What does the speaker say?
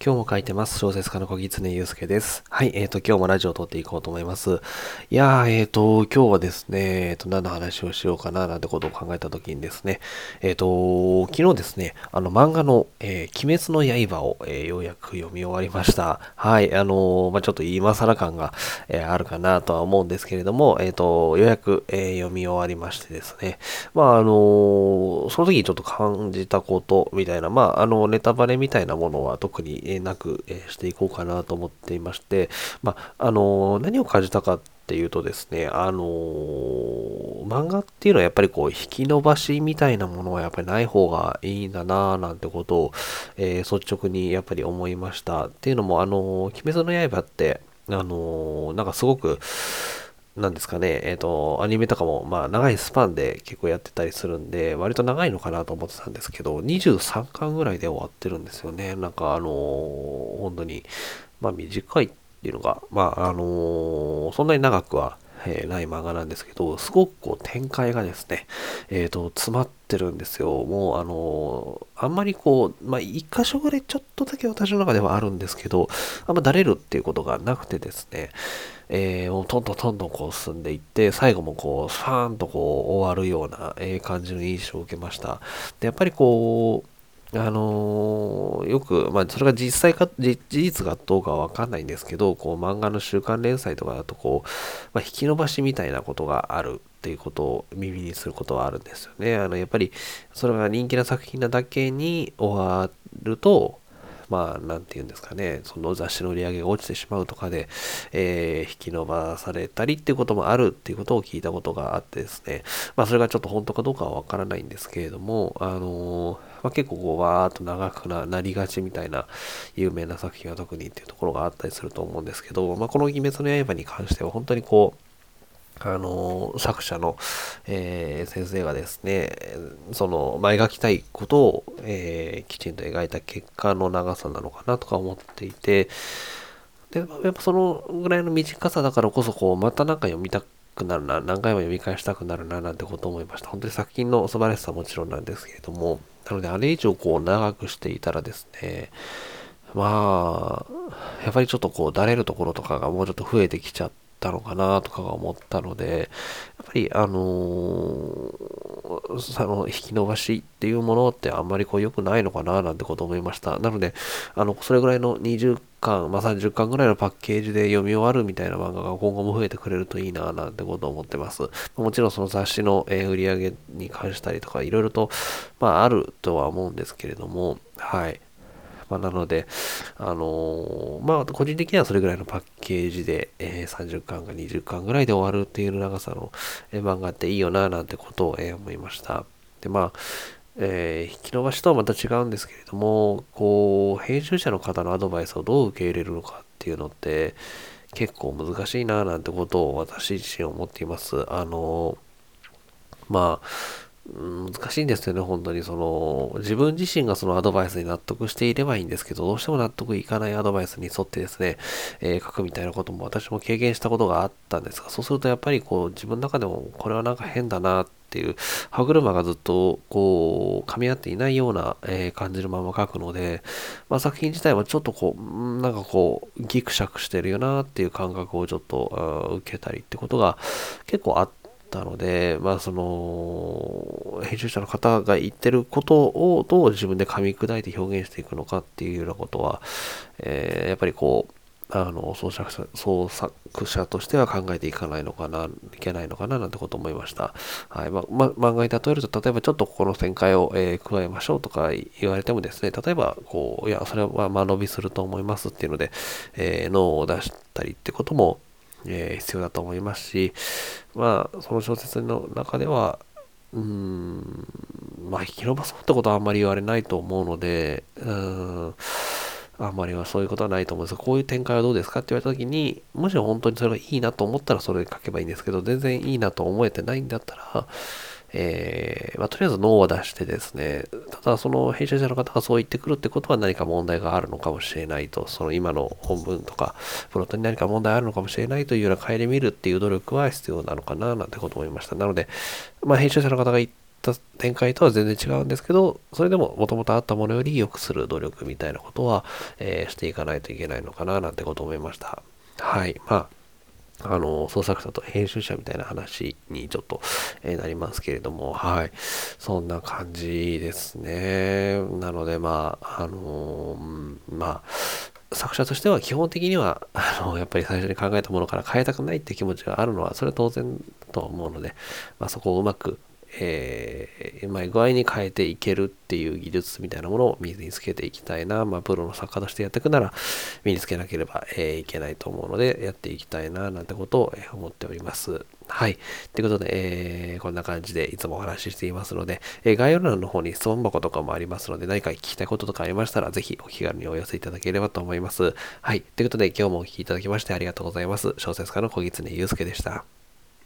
今日も書いてます。小説家の小木常祐介です。はい、今日もラジオを撮っていこうと思います。いやー、今日はですね、何の話をしようかな、なんてことを考えたときにですね、昨日ですね、漫画の、鬼滅の刃を、ようやく読み終わりました。はい、ちょっと今更感が、あるかなとは思うんですけれども、ようやく、読み終わりましてですね、その時にちょっと感じたことみたいな、ネタバレみたいなものは特になくしていこうかなと思っていまして、何を感じたかっていうとですね、漫画っていうのはやっぱりこう、引き伸ばしみたいなものはやっぱりない方がいいんだなぁなんてことを、率直にやっぱり思いました。っていうのも、鬼滅の刃って、なんかすごく、なんですかね、アニメとかも、長いスパンで結構やってたりするんで、割と長いのかなと思ってたんですけど、23巻ぐらいで終わってるんですよね。なんか、本当に、短いっていうのが、そんなに長くは、ない漫画なんですけど、すごくこう展開がですね、詰まってるんですよ。もう、あんまりこう、一箇所ぐらいちょっとだけ私の中ではあるんですけど、あんまだれるっていうことがなくてですね、もうトントントントンこう進んでいって、最後もこう、ファーンとこう終わるような、感じの印象を受けました。で、やっぱりこう、よく、それが実際か、事実がどうかはわかんないんですけど、こう、漫画の週刊連載とかだと、こう、引き伸ばしみたいなことがあるっていうことを耳にすることはあるんですよね。やっぱり、それが人気な作品なだけに終わると、なんて言うんですかね、その雑誌の売り上げが落ちてしまうとかで、引き伸ばされたりっていうこともあるっていうことを聞いたことがあってですね、それがちょっと本当かどうかはわからないんですけれども、結構こう、わーっと長くなりがちみたいな有名な作品は特にっていうところがあったりすると思うんですけど、この鬼滅の刃に関しては本当にこう、作者の、先生がですね、その、描きたいことを、きちんと描いた結果の長さなのかなとか思っていて、で、やっぱそのぐらいの短さだからこそ、こう、またなんか読みたくなるな、何回も読み返したくなるな、なんてことを思いました。本当に作品の素晴らしさはもちろんなんですけれども、なので、あれ以上こう、長くしていたらですね、やっぱりちょっとこう、だれるところとかがもうちょっと増えてきちゃったのかなとかが思ったので、やっぱり、引き伸ばしっていうものってあんまりこう良くないのかななんてことを思いました。なので、それぐらいの20巻、30巻ぐらいのパッケージで読み終わるみたいな漫画が今後も増えてくれるといいななんてことを思ってます。もちろんその雑誌の売り上げに関したりとかいろいろと、あるとは思うんですけれども、はい。なので、個人的にはそれぐらいのパッケージで、30巻か20巻ぐらいで終わるっていう長さの、漫画っていいよな、なんてことを、思いました。で、引き伸ばしとはまた違うんですけれども、こう、編集者の方のアドバイスをどう受け入れるのかっていうのって、結構難しいな、なんてことを私自身思っています。まあ、難しいんですよね、本当に。自分自身がそのアドバイスに納得していればいいんですけど、どうしても納得いかないアドバイスに沿ってですね、書くみたいなことも私も経験したことがあったんですが、そうするとやっぱりこう、自分の中でもこれはなんか変だなっていう、歯車がずっとこう、噛み合っていないような、感じのまま書くので、作品自体はちょっとこう、なんかこう、ギクシャクしてるよなっていう感覚をちょっと受けたりってことが結構あったので、編集者の方が言ってることをどう自分で噛み砕いて表現していくのかっていうようなことは、やっぱりこう、創作者としては考えていかないのかな、いけないのかななんてことを思いました。はい。漫画に例えると、例えばちょっとここの展開を、加えましょうとか言われてもですね、例えば、こう、いや、それは間延びすると思いますっていうので、脳を出したりってことも、必要だと思いますし、その小説の中では、引き伸ばそうってことはあんまり言われないと思うので、あんまりはそういうことはないと思うんですが、こういう展開はどうですかって言われたときに、もし本当にそれがいいなと思ったらそれで書けばいいんですけど、全然いいなと思えてないんだったら、とりあえずノーを出してですね、ただその編集者の方がそう言ってくるってことは何か問題があるのかもしれないと、その今の本文とか、プロットに何か問題あるのかもしれないというような顧みるっていう努力は必要なのかななんてことを思いました。なので、編集者の方が言った展開とは全然違うんですけど、それでももともとあったものより良くする努力みたいなことは、していかないといけないのかななんてことを思いました。はい。創作者と編集者みたいな話にちょっと、なりますけれども、はい。そんな感じですね。なので、作者としては基本的には、やっぱり最初に考えたものから変えたくないっていう気持ちがあるのは、それは当然と思うので、そこをうまく、うまい具合に変えていけるっていう技術みたいなものを身につけていきたいな。プロの作家としてやっていくなら、身につけなければ、いけないと思うので、やっていきたいな、なんてことを、思っております。はい。ということで、こんな感じでいつもお話ししていますので、概要欄の方に質問箱とかもありますので、何か聞きたいこととかありましたら、ぜひお気軽にお寄せいただければと思います。はい。ということで、今日もお聴きいただきましてありがとうございます。小説家の小狐祐介でした。